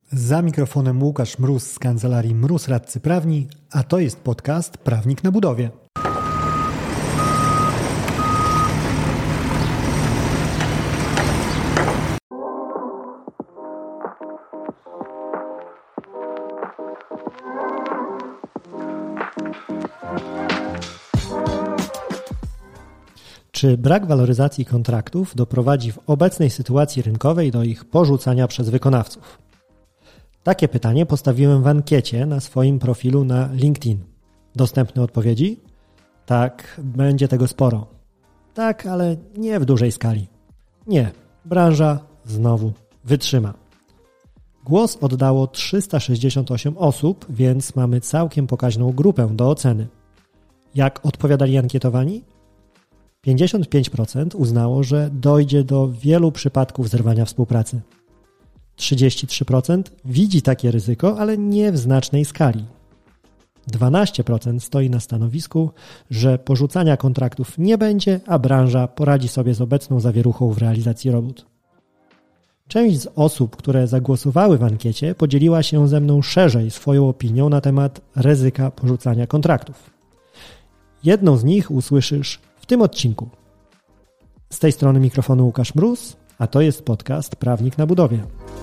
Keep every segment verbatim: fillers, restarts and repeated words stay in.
Za mikrofonem Łukasz Mróz z kancelarii Mróz Radcy Prawni, a to jest podcast Prawnik na budowie. Czy brak waloryzacji kontraktów doprowadzi w obecnej sytuacji rynkowej do ich porzucania przez wykonawców? Takie pytanie postawiłem w ankiecie na swoim profilu na LinkedIn. Dostępne odpowiedzi? Tak, będzie tego sporo. Tak, ale nie w dużej skali. Nie, branża znowu wytrzyma. Głos oddało trzysta sześćdziesiąt osiem osób, więc mamy całkiem pokaźną grupę do oceny. Jak odpowiadali ankietowani? pięćdziesiąt pięć procent uznało, że dojdzie do wielu przypadków zerwania współpracy. trzydzieści trzy procent widzi takie ryzyko, ale nie w znacznej skali. dwanaście procent stoi na stanowisku, że porzucania kontraktów nie będzie, a branża poradzi sobie z obecną zawieruchą w realizacji robót. Część z osób, które zagłosowały w ankiecie, podzieliła się ze mną szerzej swoją opinią na temat ryzyka porzucania kontraktów. Jedną z nich usłyszysz w tym odcinku. Z tej strony mikrofonu Łukasz Mróz, a to jest podcast Prawnik na budowie.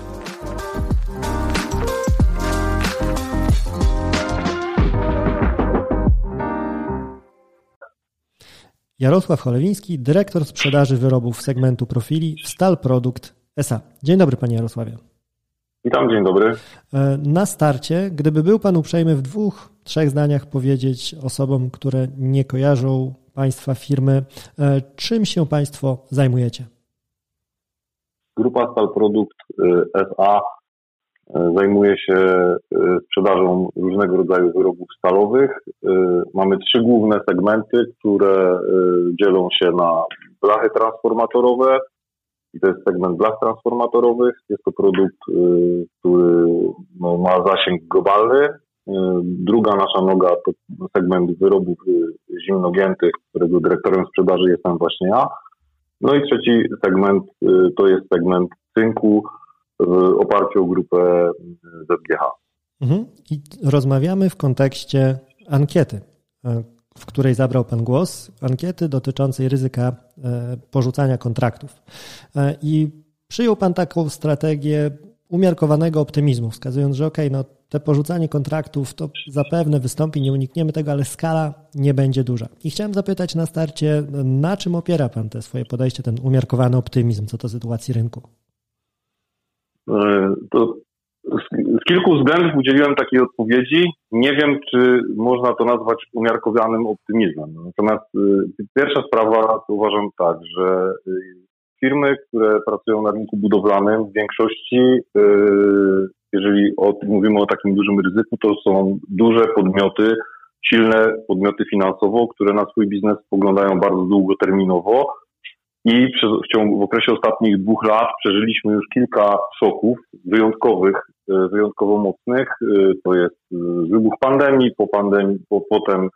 Jarosław Cholewiński, dyrektor sprzedaży wyrobów segmentu profili w Stal Produkt S A. Dzień dobry, panie Jarosławie. Witam, dzień dobry. Na starcie, gdyby był pan uprzejmy w dwóch, trzech zdaniach powiedzieć osobom, które nie kojarzą państwa firmy, czym się państwo zajmujecie? Grupa Stal Produkt S A zajmuje się sprzedażą różnego rodzaju wyrobów stalowych. Mamy trzy główne segmenty, które dzielą się na blachy transformatorowe i to jest segment blach transformatorowych. Jest to produkt, który no, ma zasięg globalny. Druga nasza noga to segment wyrobów zimnogiętych, którego dyrektorem sprzedaży jestem właśnie ja. No i trzeci segment to jest segment cynku w oparciu o grupę Z G H. Mhm. I rozmawiamy w kontekście ankiety, w której zabrał pan głos, ankiety dotyczącej ryzyka porzucania kontraktów. I przyjął pan taką strategię umiarkowanego optymizmu, wskazując, że okej, okay, no te porzucanie kontraktów to zapewne wystąpi, nie unikniemy tego, ale skala nie będzie duża. I chciałem zapytać na starcie, na czym opiera pan te swoje podejście, ten umiarkowany optymizm co do sytuacji rynku? To z kilku względów udzieliłem takiej odpowiedzi. Nie wiem, czy można to nazwać umiarkowanym optymizmem. Natomiast pierwsza sprawa, to uważam tak, że firmy, które pracują na rynku budowlanym, w większości, jeżeli o, mówimy o takim dużym ryzyku, to są duże podmioty, silne podmioty finansowo, które na swój biznes spoglądają bardzo długoterminowo i w ciągu, w okresie ostatnich dwóch lat przeżyliśmy już kilka szoków wyjątkowych, wyjątkowo mocnych. To jest wybuch pandemii, po pandemii, po, potem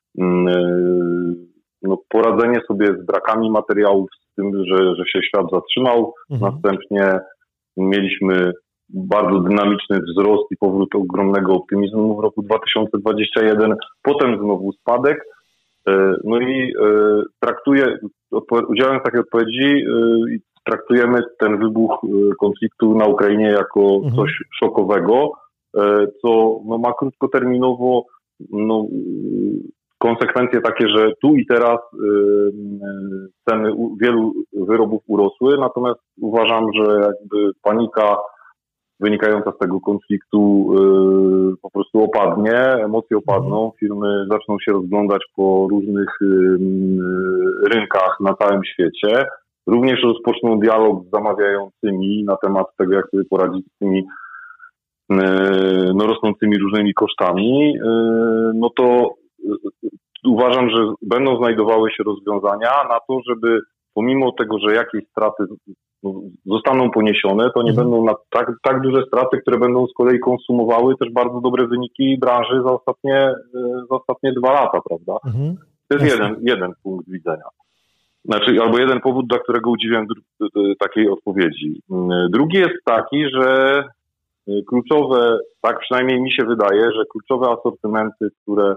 no, poradzenie sobie z brakami materiałów, z tym, że, że się świat zatrzymał. Mhm. Następnie mieliśmy bardzo dynamiczny wzrost i powrót ogromnego optymizmu w roku dwa tysiące dwudziestym pierwszym. Potem znowu spadek. No i traktuję, udzielając takiej odpowiedzi, traktujemy ten wybuch konfliktu na Ukrainie jako mhm. coś szokowego, co no, ma krótkoterminowo no, konsekwencje takie, że tu i teraz ceny wielu wyrobów urosły, natomiast uważam, że jakby panika wynikająca z tego konfliktu yy, po prostu opadnie, emocje opadną, firmy zaczną się rozglądać po różnych yy, rynkach na całym świecie. Również rozpoczną dialog z zamawiającymi na temat tego, jak sobie poradzić z tymi yy, no, rosnącymi różnymi kosztami. Yy, no to yy, uważam, że będą znajdowały się rozwiązania na to, żeby pomimo tego, że jakieś straty zostaną poniesione, to nie mhm. będą na tak, tak duże straty, które będą z kolei konsumowały też bardzo dobre wyniki branży za ostatnie, za ostatnie dwa lata, prawda? Mhm. To jest jeden, jeden punkt widzenia. Znaczy, albo jeden powód, dla którego udzieliłem takiej odpowiedzi. Drugi jest taki, że kluczowe, tak przynajmniej mi się wydaje, że kluczowe asortymenty, które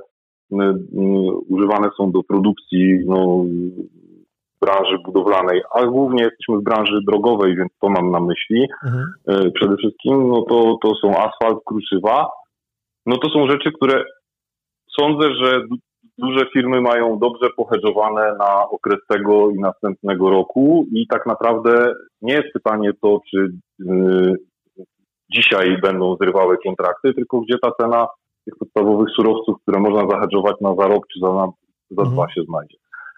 używane są do produkcji no, branży budowlanej, a głównie jesteśmy w branży drogowej, więc to mam na myśli. Mhm. Przede wszystkim no to, to są asfalt, kruszywa. No to są rzeczy, które sądzę, że duże firmy mają dobrze pohedżowane na okres tego i następnego roku i tak naprawdę nie jest pytanie to, czy yy, dzisiaj będą zrywały kontrakty, tylko gdzie ta cena tych podstawowych surowców, które można zahedżować na za rok czy za, na, za dwa się znajdzie.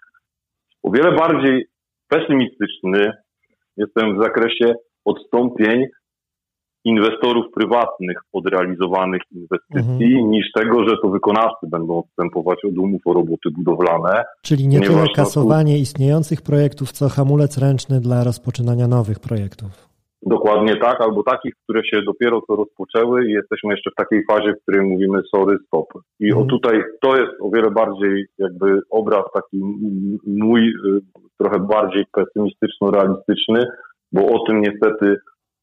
O wiele bardziej pesymistyczny jestem w zakresie odstąpień inwestorów prywatnych od realizowanych inwestycji mhm. niż tego, że to wykonawcy będą odstępować od umów o roboty budowlane. Czyli nie tyle kasowanie tu... istniejących projektów, co hamulec ręczny dla rozpoczynania nowych projektów. Dokładnie tak, albo takich, które się dopiero co rozpoczęły i jesteśmy jeszcze w takiej fazie, w której mówimy sorry, stop. I mhm. o tutaj to jest o wiele bardziej jakby obraz taki mój, trochę bardziej pesymistyczno-realistyczny, bo o tym niestety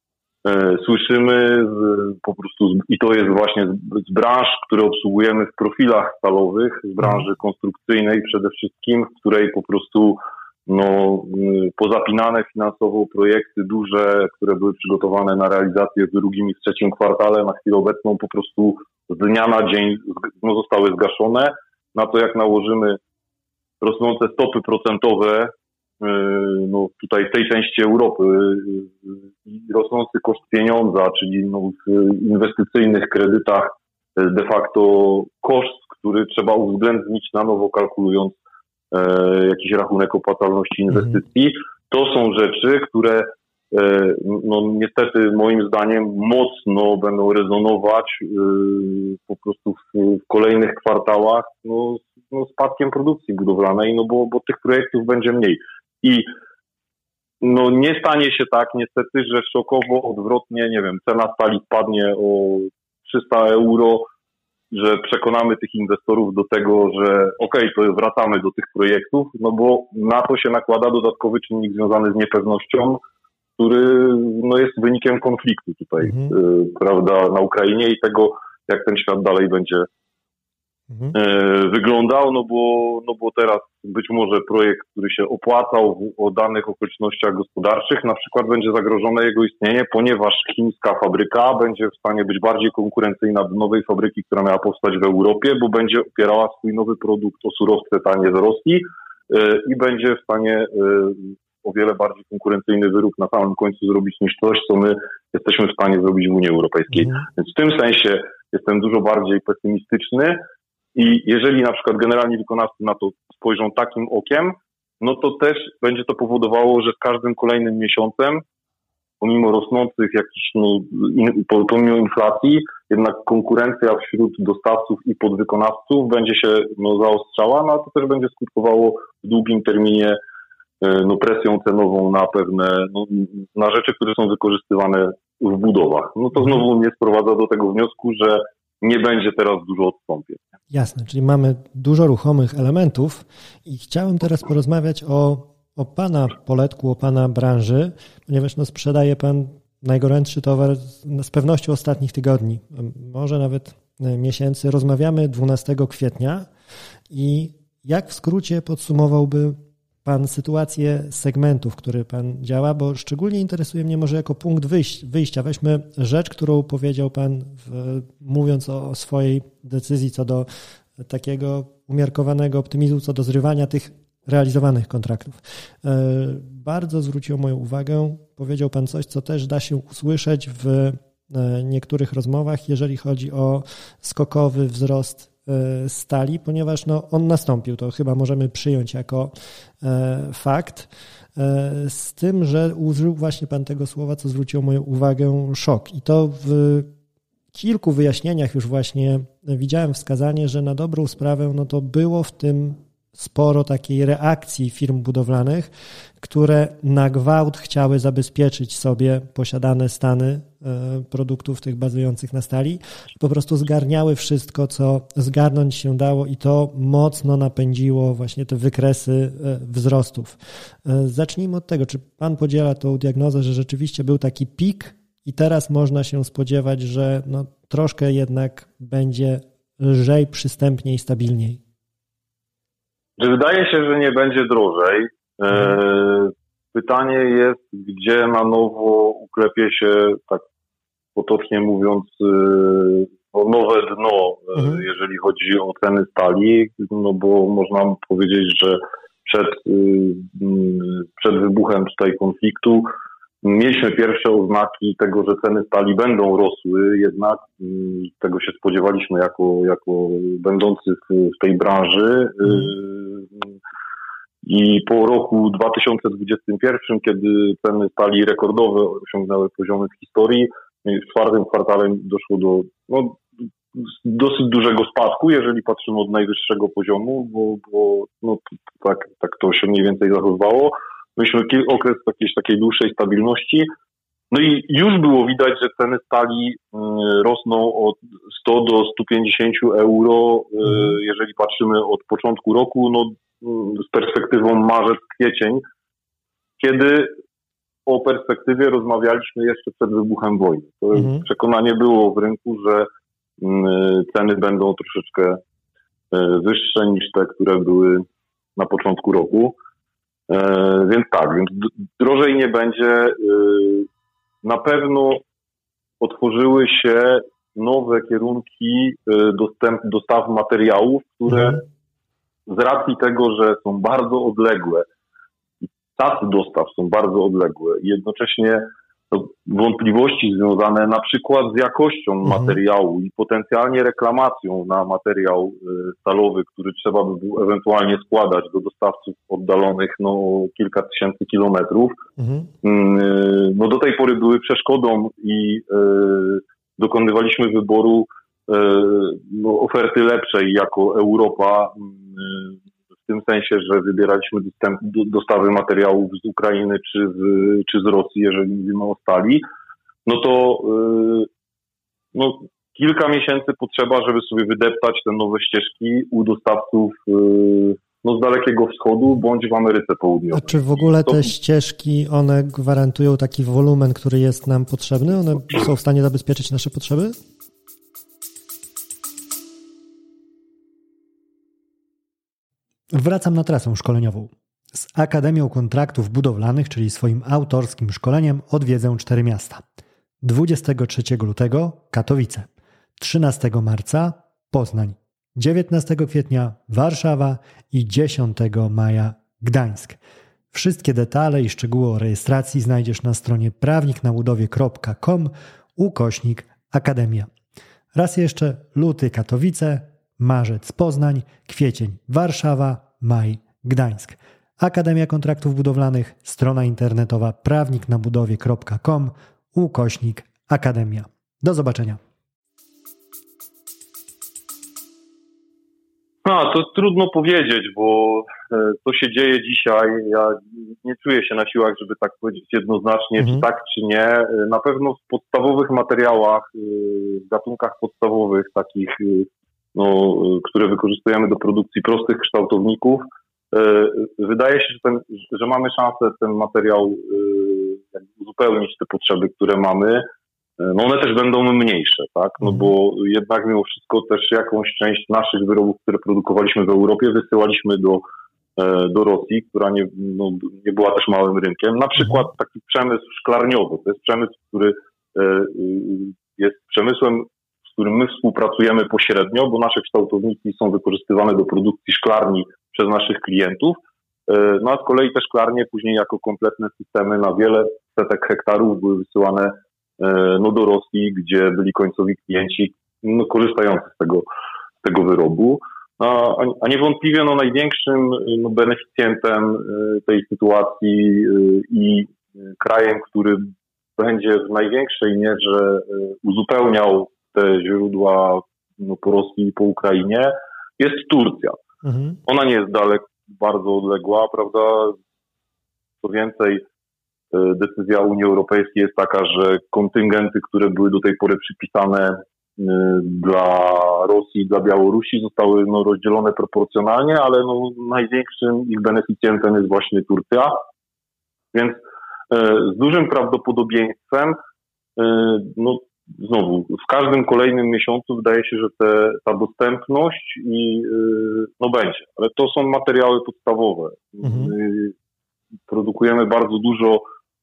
e, słyszymy z, po prostu z, i to jest właśnie z, z branż, które obsługujemy w profilach stalowych, z branży konstrukcyjnej przede wszystkim, w której po prostu no, pozapinane finansowo projekty duże, które były przygotowane na realizację w drugim i w trzecim kwartale, na chwilę obecną po prostu z dnia na dzień no, zostały zgaszone. Na to jak nałożymy rosnące stopy procentowe, no, tutaj w tej części Europy i rosnący koszt pieniądza, czyli no, w inwestycyjnych kredytach de facto koszt, który trzeba uwzględnić na nowo kalkulując jakiś rachunek opłacalności inwestycji. Mm. To są rzeczy, które no niestety moim zdaniem mocno będą rezonować po prostu w, w kolejnych kwartałach no, no spadkiem produkcji budowlanej, no bo, bo tych projektów będzie mniej. I no nie stanie się tak niestety, że szokowo odwrotnie, nie wiem, cena stali spadnie o trzysta euro, że przekonamy tych inwestorów do tego, że okej, okay, to wracamy do tych projektów, no bo na to się nakłada dodatkowy czynnik związany z niepewnością, który no, jest wynikiem konfliktu tutaj, mhm. y, prawda, na Ukrainie i tego, jak ten świat dalej będzie mhm. y, wyglądał, no bo, no bo teraz być może projekt, który się opłacał w, o danych okolicznościach gospodarczych, na przykład będzie zagrożone jego istnienie, ponieważ chińska fabryka będzie w stanie być bardziej konkurencyjna do nowej fabryki, która miała powstać w Europie, bo będzie opierała swój nowy produkt o surowce tanie z Rosji y, i będzie w stanie y, o wiele bardziej konkurencyjny wyrób na samym końcu zrobić niż coś, co my jesteśmy w stanie zrobić w Unii Europejskiej. Mhm. Więc w tym sensie jestem dużo bardziej pesymistyczny i jeżeli na przykład generalni wykonawcy na to spojrzą takim okiem, no to też będzie to powodowało, że z każdym kolejnym miesiącem, pomimo rosnących jakichś, no, in, pomimo inflacji, jednak konkurencja wśród dostawców i podwykonawców będzie się no, zaostrzała, no a to też będzie skutkowało w długim terminie no, presją cenową na pewne, no, na rzeczy, które są wykorzystywane w budowach. No to znowu mnie sprowadza do tego wniosku, że nie będzie teraz dużo odstąpień. Jasne, czyli mamy dużo ruchomych elementów i chciałem teraz porozmawiać o, o Pana poletku, o Pana branży, ponieważ no, sprzedaje Pan najgorętszy towar z pewnością ostatnich tygodni, może nawet miesięcy. Rozmawiamy dwunastego kwietnia i jak w skrócie podsumowałby Pan sytuację segmentów, w których Pan działa, bo szczególnie interesuje mnie może jako punkt wyjścia. Weźmy rzecz, którą powiedział Pan, w, mówiąc o swojej decyzji co do takiego umiarkowanego optymizmu, co do zrywania tych realizowanych kontraktów. Bardzo zwróciło moją uwagę, powiedział Pan coś, co też da się usłyszeć w niektórych rozmowach, jeżeli chodzi o skokowy wzrost stali, ponieważ no, on nastąpił, to chyba możemy przyjąć jako e, fakt, e, z tym, że użył właśnie Pan tego słowa, co zwróciło moją uwagę, szok. I to w kilku wyjaśnieniach już właśnie widziałem wskazanie, że na dobrą sprawę no to było w tym sporo takiej reakcji firm budowlanych, które na gwałt chciały zabezpieczyć sobie posiadane stany produktów tych bazujących na stali. Po prostu zgarniały wszystko, co zgarnąć się dało i to mocno napędziło właśnie te wykresy wzrostów. Zacznijmy od tego, czy Pan podziela tą diagnozę, że rzeczywiście był taki pik i teraz można się spodziewać, że no, troszkę jednak będzie lżej, przystępniej, stabilniej. Wydaje się, że nie będzie drożej. Mhm. Pytanie jest, gdzie na nowo uklepie się, tak potocznie mówiąc, o nowe dno, mhm. jeżeli chodzi o ceny stali, no bo można powiedzieć, że przed, przed wybuchem tutaj konfliktu mieliśmy pierwsze oznaki tego, że ceny stali będą rosły, jednak tego się spodziewaliśmy jako, jako będący w, w tej branży. Mhm. I po roku dwa tysiące dwudziestym pierwszym, kiedy ceny stali rekordowe, osiągnęły poziomy w historii, w czwartym kwartale doszło do no, dosyć dużego spadku, jeżeli patrzymy od najwyższego poziomu, bo, bo no, tak, tak to się mniej więcej zachowywało. Mieliśmy okres jakiejś takiej dłuższej stabilności. No i już było widać, że ceny stali rosną od sto do stu pięćdziesięciu euro, jeżeli patrzymy od początku roku, no z perspektywą marzec-kwiecień, kiedy o perspektywie rozmawialiśmy jeszcze przed wybuchem wojny. To mhm. przekonanie było w rynku, że ceny będą troszeczkę wyższe niż te, które były na początku roku. Więc tak, więc drożej nie będzie. Na pewno otworzyły się nowe kierunki dostęp, dostaw materiałów, które mhm. z racji tego, że są bardzo odległe, czasy dostaw są bardzo odległe i jednocześnie no, wątpliwości związane na przykład z jakością mhm. materiału i potencjalnie reklamacją na materiał y, stalowy, który trzeba by było ewentualnie składać do dostawców oddalonych no, kilka tysięcy kilometrów, mhm. y, no do tej pory były przeszkodą i y, dokonywaliśmy wyboru y, no, oferty lepszej jako Europa, y, w tym sensie, że wybieraliśmy dostęp, dostawy materiałów z Ukrainy czy z, czy z Rosji, jeżeli mówimy o stali, no to yy, no, kilka miesięcy potrzeba, żeby sobie wydeptać te nowe ścieżki u dostawców yy, no, z Dalekiego Wschodu bądź w Ameryce Południowej. A czy w ogóle te ścieżki, one gwarantują taki wolumen, który jest nam potrzebny? One są w stanie zabezpieczyć nasze potrzeby? Wracam na trasę szkoleniową. Z Akademią Kontraktów Budowlanych, czyli swoim autorskim szkoleniem, odwiedzę cztery miasta. dwudziestego trzeciego lutego Katowice, trzynastego marca Poznań, dziewiętnastego kwietnia Warszawa i dziesiątego maja Gdańsk. Wszystkie detale i szczegóły o rejestracji znajdziesz na stronie prawniknabudowie kropka com ukośnik Akademia. Raz jeszcze luty Katowice, marzec Poznań, kwiecień Warszawa, maj Gdańsk. Akademia Kontraktów Budowlanych, strona internetowa prawniknabudowie kropka com ukośnik Akademia. Do zobaczenia. No, to trudno powiedzieć, bo co się dzieje dzisiaj, ja nie czuję się na siłach, żeby tak powiedzieć jednoznacznie, mhm. czy tak, czy nie. Na pewno w podstawowych materiałach, w gatunkach podstawowych, takich, no, które wykorzystujemy do produkcji prostych kształtowników, wydaje się, że, ten, że mamy szansę ten materiał uzupełnić te potrzeby, które mamy. No one też będą mniejsze, tak? No bo jednak mimo wszystko też jakąś część naszych wyrobów, które produkowaliśmy w Europie, wysyłaliśmy do, do Rosji, która nie, no, nie była też małym rynkiem. Na przykład taki przemysł szklarniowy. To jest przemysł, który jest przemysłem, z którym my współpracujemy pośrednio, bo nasze kształtowniki są wykorzystywane do produkcji szklarni przez naszych klientów. No a z kolei te szklarnie później jako kompletne systemy na wiele setek hektarów były wysyłane no, do Rosji, gdzie byli końcowi klienci no, korzystający z tego, z tego wyrobu. A, a niewątpliwie no, największym no, beneficjentem tej sytuacji i krajem, który będzie w największej mierze uzupełniał te źródła no, po Rosji i po Ukrainie, jest Turcja. Mhm. Ona nie jest daleko, bardzo odległa, prawda? Co więcej, decyzja Unii Europejskiej jest taka, że kontyngenty, które były do tej pory przypisane dla Rosji i dla Białorusi, zostały no, rozdzielone proporcjonalnie, ale no, największym ich beneficjentem jest właśnie Turcja. Więc z dużym prawdopodobieństwem no znowu, w każdym kolejnym miesiącu wydaje się, że te, ta dostępność i no będzie, ale to są materiały podstawowe. Mhm. Produkujemy bardzo dużo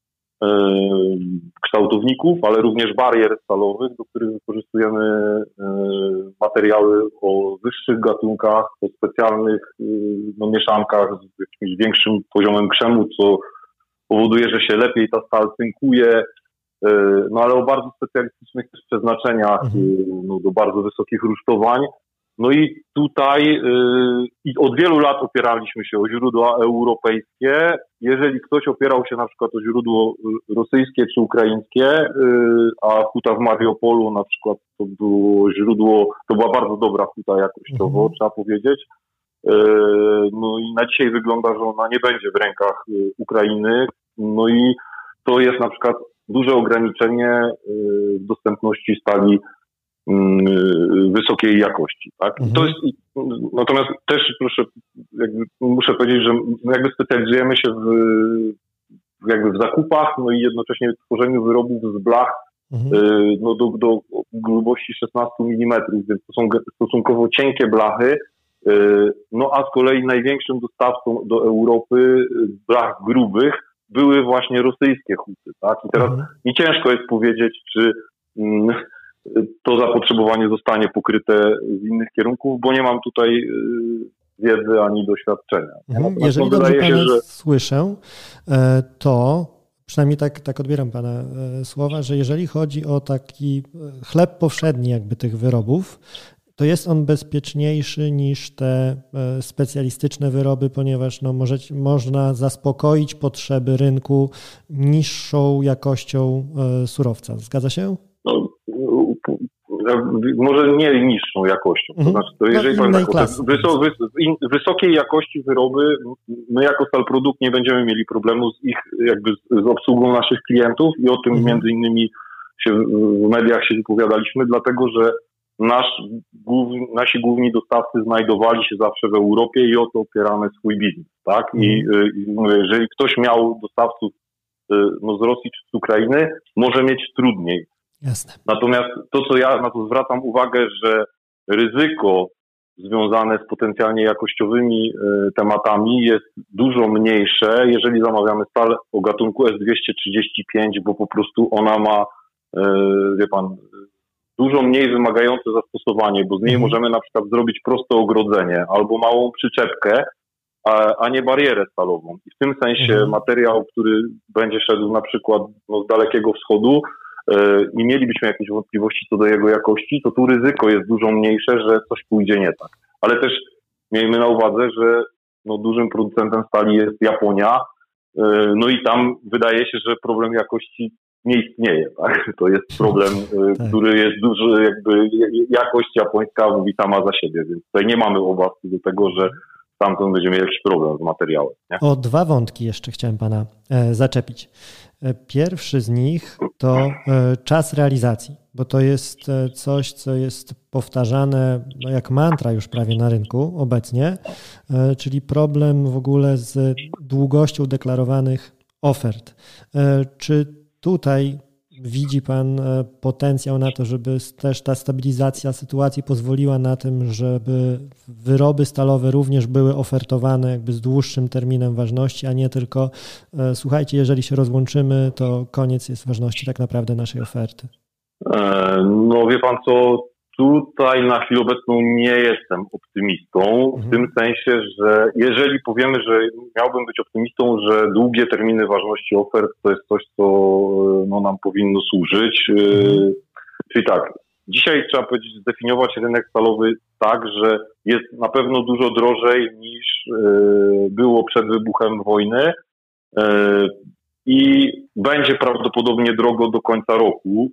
kształtowników, ale również barier stalowych, do których wykorzystujemy materiały o wyższych gatunkach, o specjalnych no, mieszankach z jakimś większym poziomem krzemu, co powoduje, że się lepiej ta stal cynkuje, no ale o bardzo specjalistycznych też przeznaczeniach, no, do bardzo wysokich rusztowań. No i tutaj yy, i od wielu lat opieraliśmy się o źródła europejskie. Jeżeli ktoś opierał się na przykład o źródło rosyjskie czy ukraińskie, yy, a huta w Mariupolu na przykład to było źródło, to była bardzo dobra huta jakościowo, mhm. trzeba powiedzieć. Yy, no i na dzisiaj wygląda, że ona nie będzie w rękach yy, Ukrainy. No i to jest na przykład duże ograniczenie yy, w dostępności stali wysokiej jakości, tak? Mhm. To jest, natomiast też proszę, jakby, muszę powiedzieć, że jakby specjalizujemy się w, jakby w zakupach, no i jednocześnie w tworzeniu wyrobów z blach mhm. no do, do grubości szesnaście milimetrów, więc to są stosunkowo cienkie blachy, no a z kolei największym dostawcą do Europy blach grubych były właśnie rosyjskie huty, tak? I teraz mhm. mi ciężko jest powiedzieć, czy to zapotrzebowanie zostanie pokryte z innych kierunków, bo nie mam tutaj wiedzy ani doświadczenia. Mhm. Jeżeli dobrze Pana się, że... słyszę, to przynajmniej tak, tak odbieram Pana słowa, że jeżeli chodzi o taki chleb powszedni jakby tych wyrobów, to jest on bezpieczniejszy niż te specjalistyczne wyroby, ponieważ no, może, można zaspokoić potrzeby rynku niższą jakością surowca. Zgadza się? No, może nie niższą jakością. To znaczy, to jeżeli no, tak, wysok, wys, wysokiej jakości wyroby, my jako Stalprodukt nie będziemy mieli problemu z ich jakby z, z obsługą naszych klientów i o tym mhm. między innymi się w mediach się wypowiadaliśmy, dlatego że nasz, główni, nasi główni dostawcy znajdowali się zawsze w Europie i o to opieramy swój biznes, tak? I, i jeżeli ktoś miał dostawców no, z Rosji czy z Ukrainy, może mieć trudniej. Jasne. Natomiast to, co ja na to zwracam uwagę, że ryzyko związane z potencjalnie jakościowymi y, tematami jest dużo mniejsze, jeżeli zamawiamy stal o gatunku S dwieście trzydzieści pięć, bo po prostu ona ma, y, wie pan, dużo mniej wymagające zastosowanie, bo z niej mhm. możemy na przykład zrobić proste ogrodzenie albo małą przyczepkę, a, a nie barierę stalową. I w tym sensie mhm. materiał, który będzie szedł na przykład no, z Dalekiego Wschodu, i mielibyśmy jakieś wątpliwości co do jego jakości, to tu ryzyko jest dużo mniejsze, że coś pójdzie nie tak. Ale też miejmy na uwadze, że no, dużym producentem stali jest Japonia, no i tam wydaje się, że problem jakości nie istnieje. Tak? To jest problem, tak. który jest duży, jakby jakość japońska mówi sama za siebie, więc tutaj nie mamy obaw do tego, że stamtąd będziemy mieli jakiś problem z materiałem. Nie? O dwa wątki jeszcze chciałem Pana e, zaczepić. Pierwszy z nich to e, czas realizacji, bo to jest coś, co jest powtarzane no, jak mantra już prawie na rynku obecnie, e, czyli problem w ogóle z długością deklarowanych ofert. E, czy tutaj widzi Pan potencjał na to, żeby też ta stabilizacja sytuacji pozwoliła na tym, żeby wyroby stalowe również były ofertowane jakby z dłuższym terminem ważności, a nie tylko słuchajcie, jeżeli się rozłączymy, to koniec jest ważności tak naprawdę naszej oferty? No wie Pan co, tutaj na chwilę obecną nie jestem optymistą, mhm. w tym sensie, że jeżeli powiemy, że miałbym być optymistą, że długie terminy ważności ofert to jest coś, co no, nam powinno służyć. Mhm. Czyli tak, dzisiaj trzeba powiedzieć, zdefiniować rynek stalowy tak, że jest na pewno dużo drożej niż było przed wybuchem wojny i będzie prawdopodobnie drogo do końca roku.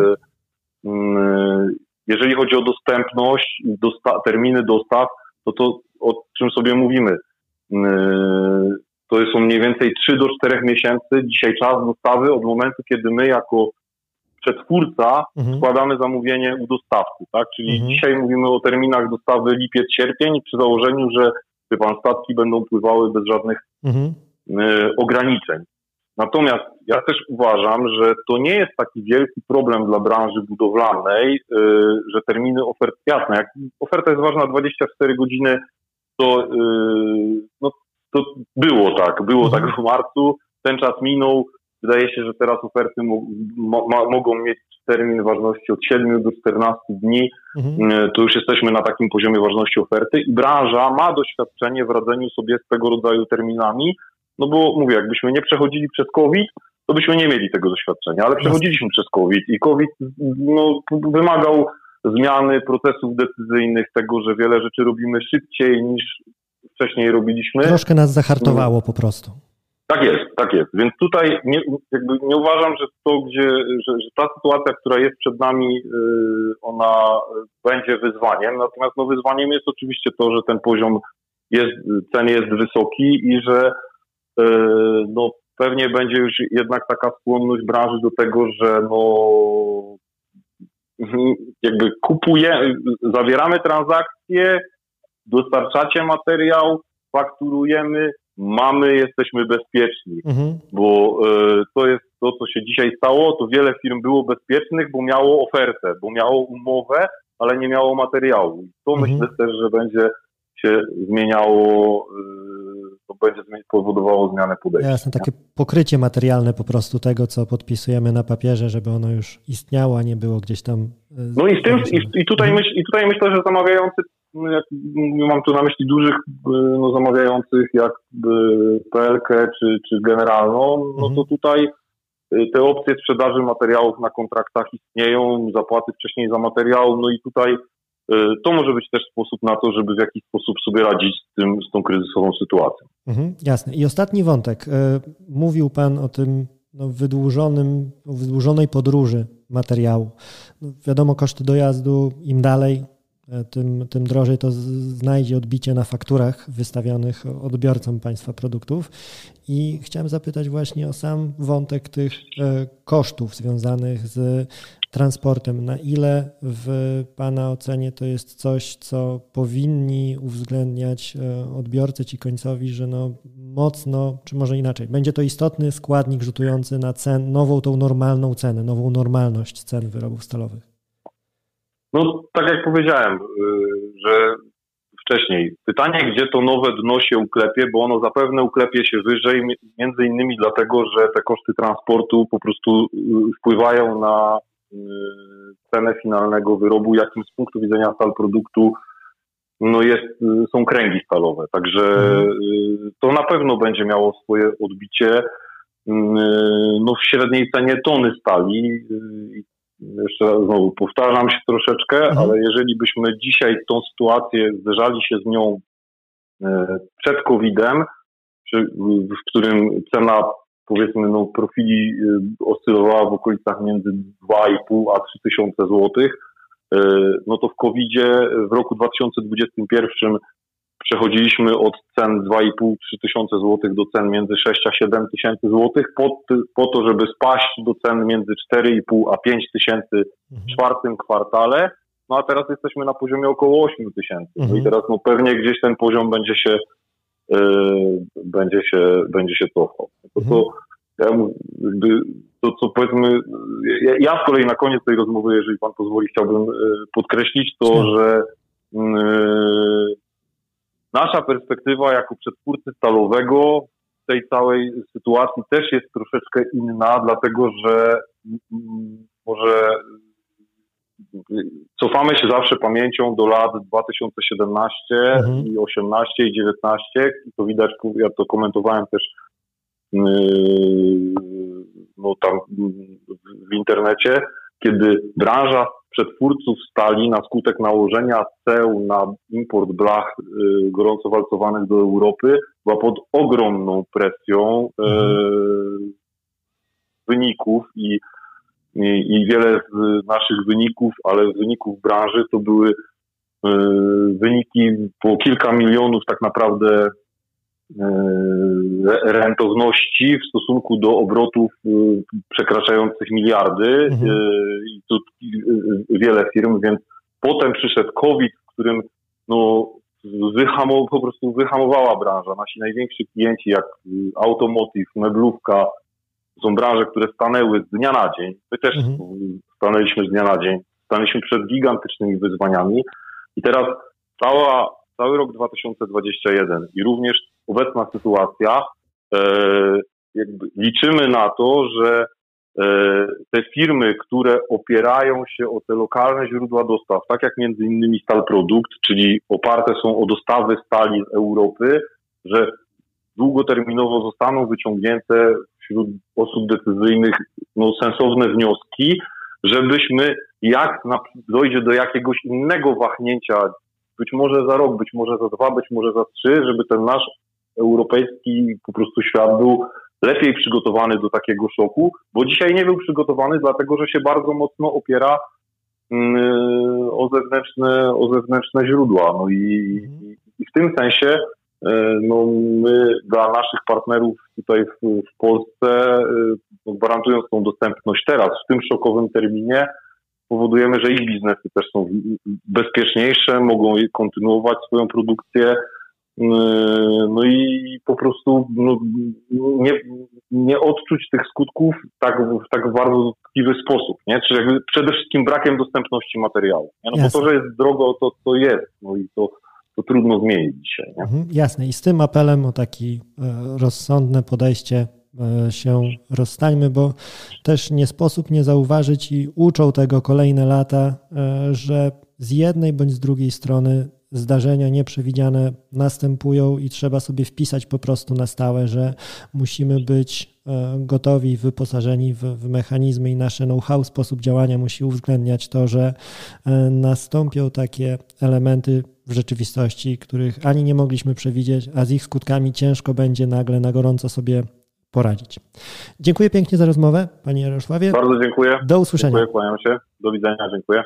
Mhm. Jeżeli chodzi o dostępność, dosta- terminy dostaw, to to, o czym sobie mówimy, yy, to są mniej więcej trzy do czterech miesięcy dzisiaj czas dostawy od momentu, kiedy my jako przetwórca mhm. składamy zamówienie u dostawcy, tak? Czyli mhm. dzisiaj mówimy o terminach dostawy lipiec-sierpień przy założeniu, że wie pan, statki będą pływały bez żadnych mhm. yy, ograniczeń. Natomiast ja też uważam, że to nie jest taki wielki problem dla branży budowlanej, że terminy ofert, jasne, jak oferta jest ważna dwadzieścia cztery godziny, to, no, to było tak, było mhm. tak w marcu, ten czas minął, wydaje się, że teraz oferty mo, mo, mogą mieć termin ważności od siedmiu do czternastu dni, mhm. to już jesteśmy na takim poziomie ważności oferty i branża ma doświadczenie w radzeniu sobie z tego rodzaju terminami. No bo mówię, jakbyśmy nie przechodzili przez COVID, to byśmy nie mieli tego doświadczenia, ale przechodziliśmy przez COVID i COVID no, wymagał zmiany procesów decyzyjnych, tego, że wiele rzeczy robimy szybciej niż wcześniej robiliśmy. Troszkę nas zahartowało po prostu. Tak jest, tak jest. Więc tutaj nie, jakby nie uważam, że to, gdzie, że, że ta sytuacja, która jest przed nami, ona będzie wyzwaniem. Natomiast no, wyzwaniem jest oczywiście to, że ten poziom jest, cen jest wysoki i że no pewnie będzie już jednak taka skłonność branży do tego, że no jakby kupujemy, zawieramy transakcje, dostarczacie materiał, fakturujemy, mamy, jesteśmy bezpieczni, mhm. bo y, to jest to, co się dzisiaj stało, to wiele firm było bezpiecznych, bo miało ofertę, bo miało umowę, ale nie miało materiału. To mhm. myślę też, że będzie się zmieniało, to będzie powodowało zmianę podejścia. Jasne, takie pokrycie materialne po prostu tego, co podpisujemy na papierze, żeby ono już istniało, a nie było gdzieś tam... No i, z tym, i, i, tutaj, myśl, i tutaj myślę, że zamawiający, jak, mam tu na myśli dużych no, zamawiających jak P L K czy, czy Generalną, no mhm. to tutaj te opcje sprzedaży materiałów na kontraktach istnieją, zapłaty wcześniej za materiał, no i tutaj to może być też sposób na to, żeby w jakiś sposób sobie radzić z, tym, z tą kryzysową sytuacją. Mhm, jasne. I ostatni wątek. Mówił Pan o tym no, wydłużonym, o wydłużonej podróży materiału. No, wiadomo, koszty dojazdu, im dalej, tym, tym drożej to znajdzie odbicie na fakturach wystawionych odbiorcom Państwa produktów. I chciałem zapytać właśnie o sam wątek tych kosztów związanych z transportem. Na ile w Pana ocenie to jest coś, co powinni uwzględniać odbiorcy, ci końcowi, że no mocno, czy może inaczej, będzie to istotny składnik rzutujący na cen, nową tą normalną cenę, nową normalność cen wyrobów stalowych? No tak jak powiedziałem, że wcześniej, pytanie, gdzie to nowe dno się uklepie, bo ono zapewne uklepie się wyżej, między innymi dlatego, że te koszty transportu po prostu wpływają na cenę finalnego wyrobu, jakim z punktu widzenia stal produktu no jest, są kręgi stalowe. Także to na pewno będzie miało swoje odbicie no, w średniej cenie tony stali. Jeszcze raz znowu powtarzam się troszeczkę, mhm. ale jeżeli byśmy dzisiaj tą sytuację zderzali się z nią przed kowidem, w którym cena powiedzmy no, profili oscylowała w okolicach między dwa i pół a trzy tysiące złotych, no to w kowidzie w roku dwa tysiące dwudziestym pierwszym przechodziliśmy od cen dwa i pół do trzech tysięcy złotych do cen między sześć a siedem tysięcy złotych po, po to, żeby spaść do cen między cztery i pół a pięć tysięcy w czwartym kwartale. No a teraz jesteśmy na poziomie około osiem tysięcy. No i teraz no pewnie gdzieś ten poziom będzie się yy, będzie się będzie się cofał. To, to, ja, jakby, to co powiedzmy, ja, ja z kolei na koniec tej rozmowy, jeżeli pan pozwoli, chciałbym yy, podkreślić to, że yy, nasza perspektywa jako przetwórcy stalowego w tej całej sytuacji też jest troszeczkę inna, dlatego że może cofamy się zawsze pamięcią do lat dwa tysiące siedemnasty mhm. i osiemnasty i dziewiętnasty i to widać, ja to komentowałem też no, tam w internecie, kiedy branża przetwórców stali na skutek nałożenia ceł na import blach y, gorąco walcowanych do Europy była pod ogromną presją y, wyników i, i, i wiele z naszych wyników, ale wyników branży to były y, wyniki po kilka milionów tak naprawdę rentowności w stosunku do obrotów przekraczających miliardy mhm. i tu wiele firm, więc potem przyszedł COVID, w którym no, wyhamow, po prostu wyhamowała branża. Nasi najwięksi klienci jak Automotive, meblówka, są branże, które stanęły z dnia na dzień. My też mhm. stanęliśmy z dnia na dzień. Stanęliśmy przed gigantycznymi wyzwaniami i teraz cała, cały rok dwa tysiące dwudziesty pierwszy i również obecna sytuacja, e, jakby liczymy na to, że e, te firmy, które opierają się o te lokalne źródła dostaw, tak jak między innymi Stalprodukt, czyli oparte są o dostawy stali z Europy, że długoterminowo zostaną wyciągnięte wśród osób decyzyjnych no, sensowne wnioski, żebyśmy jak na, dojdzie do jakiegoś innego wahnięcia, być może za rok, być może za dwa, być może za trzy, żeby ten nasz europejski po prostu świat był lepiej przygotowany do takiego szoku, bo dzisiaj nie był przygotowany, dlatego że się bardzo mocno opiera yy, o zewnętrzne, o zewnętrzne źródła. No i, i w tym sensie no my dla naszych partnerów tutaj w, w Polsce, no gwarantując tą dostępność teraz, w tym szokowym terminie, powodujemy, że ich biznesy też są bezpieczniejsze, mogą kontynuować swoją produkcję, no i po prostu no, nie, nie odczuć tych skutków tak, w tak bardzo dotkliwy sposób, nie? Czyli jakby przede wszystkim brakiem dostępności materiału. Nie? No bo to, że jest drogo, to, to jest, no i to to trudno zmienić dzisiaj. Nie? Mhm, jasne. I z tym apelem o takie rozsądne podejście się rozstańmy, bo też nie sposób nie zauważyć i uczą tego kolejne lata, że z jednej bądź z drugiej strony zdarzenia nieprzewidziane następują i trzeba sobie wpisać po prostu na stałe, że musimy być gotowi, wyposażeni w, w mechanizmy i nasze know-how, sposób działania musi uwzględniać to, że nastąpią takie elementy w rzeczywistości, których ani nie mogliśmy przewidzieć, a z ich skutkami ciężko będzie nagle na gorąco sobie poradzić. Dziękuję pięknie za rozmowę, panie Jarosławie. Bardzo dziękuję. Do usłyszenia. Dziękuję, kłaniam się. Do widzenia, dziękuję.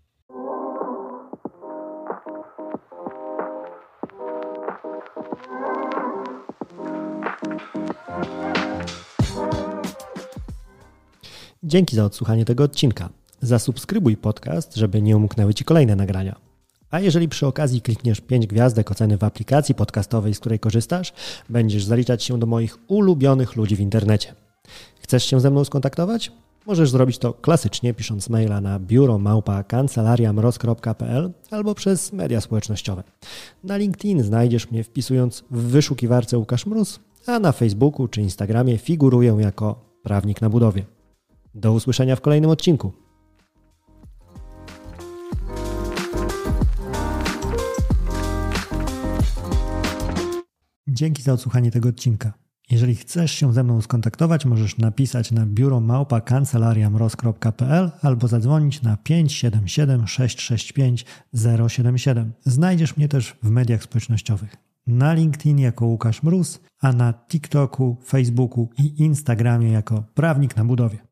Dzięki za odsłuchanie tego odcinka. Zasubskrybuj podcast, żeby nie umknęły Ci kolejne nagrania. A jeżeli przy okazji klikniesz pięć gwiazdek oceny w aplikacji podcastowej, z której korzystasz, będziesz zaliczać się do moich ulubionych ludzi w internecie. Chcesz się ze mną skontaktować? Możesz zrobić to klasycznie, pisząc maila na biuro małpa kancelaria mroz kropka p l albo przez media społecznościowe. Na LinkedIn znajdziesz mnie wpisując w wyszukiwarce Łukasz Mróz, a na Facebooku czy Instagramie figuruję jako prawnik na budowie. Do usłyszenia w kolejnym odcinku. Dzięki za odsłuchanie tego odcinka. Jeżeli chcesz się ze mną skontaktować, możesz napisać na biuro małpa kancelaria mroz kropka p l albo zadzwonić na pięć siedem siedem sześć sześć pięć zero siedem siedem. Znajdziesz mnie też w mediach społecznościowych. Na LinkedIn jako Łukasz Mróz, a na TikToku, Facebooku i Instagramie jako prawnik na budowie.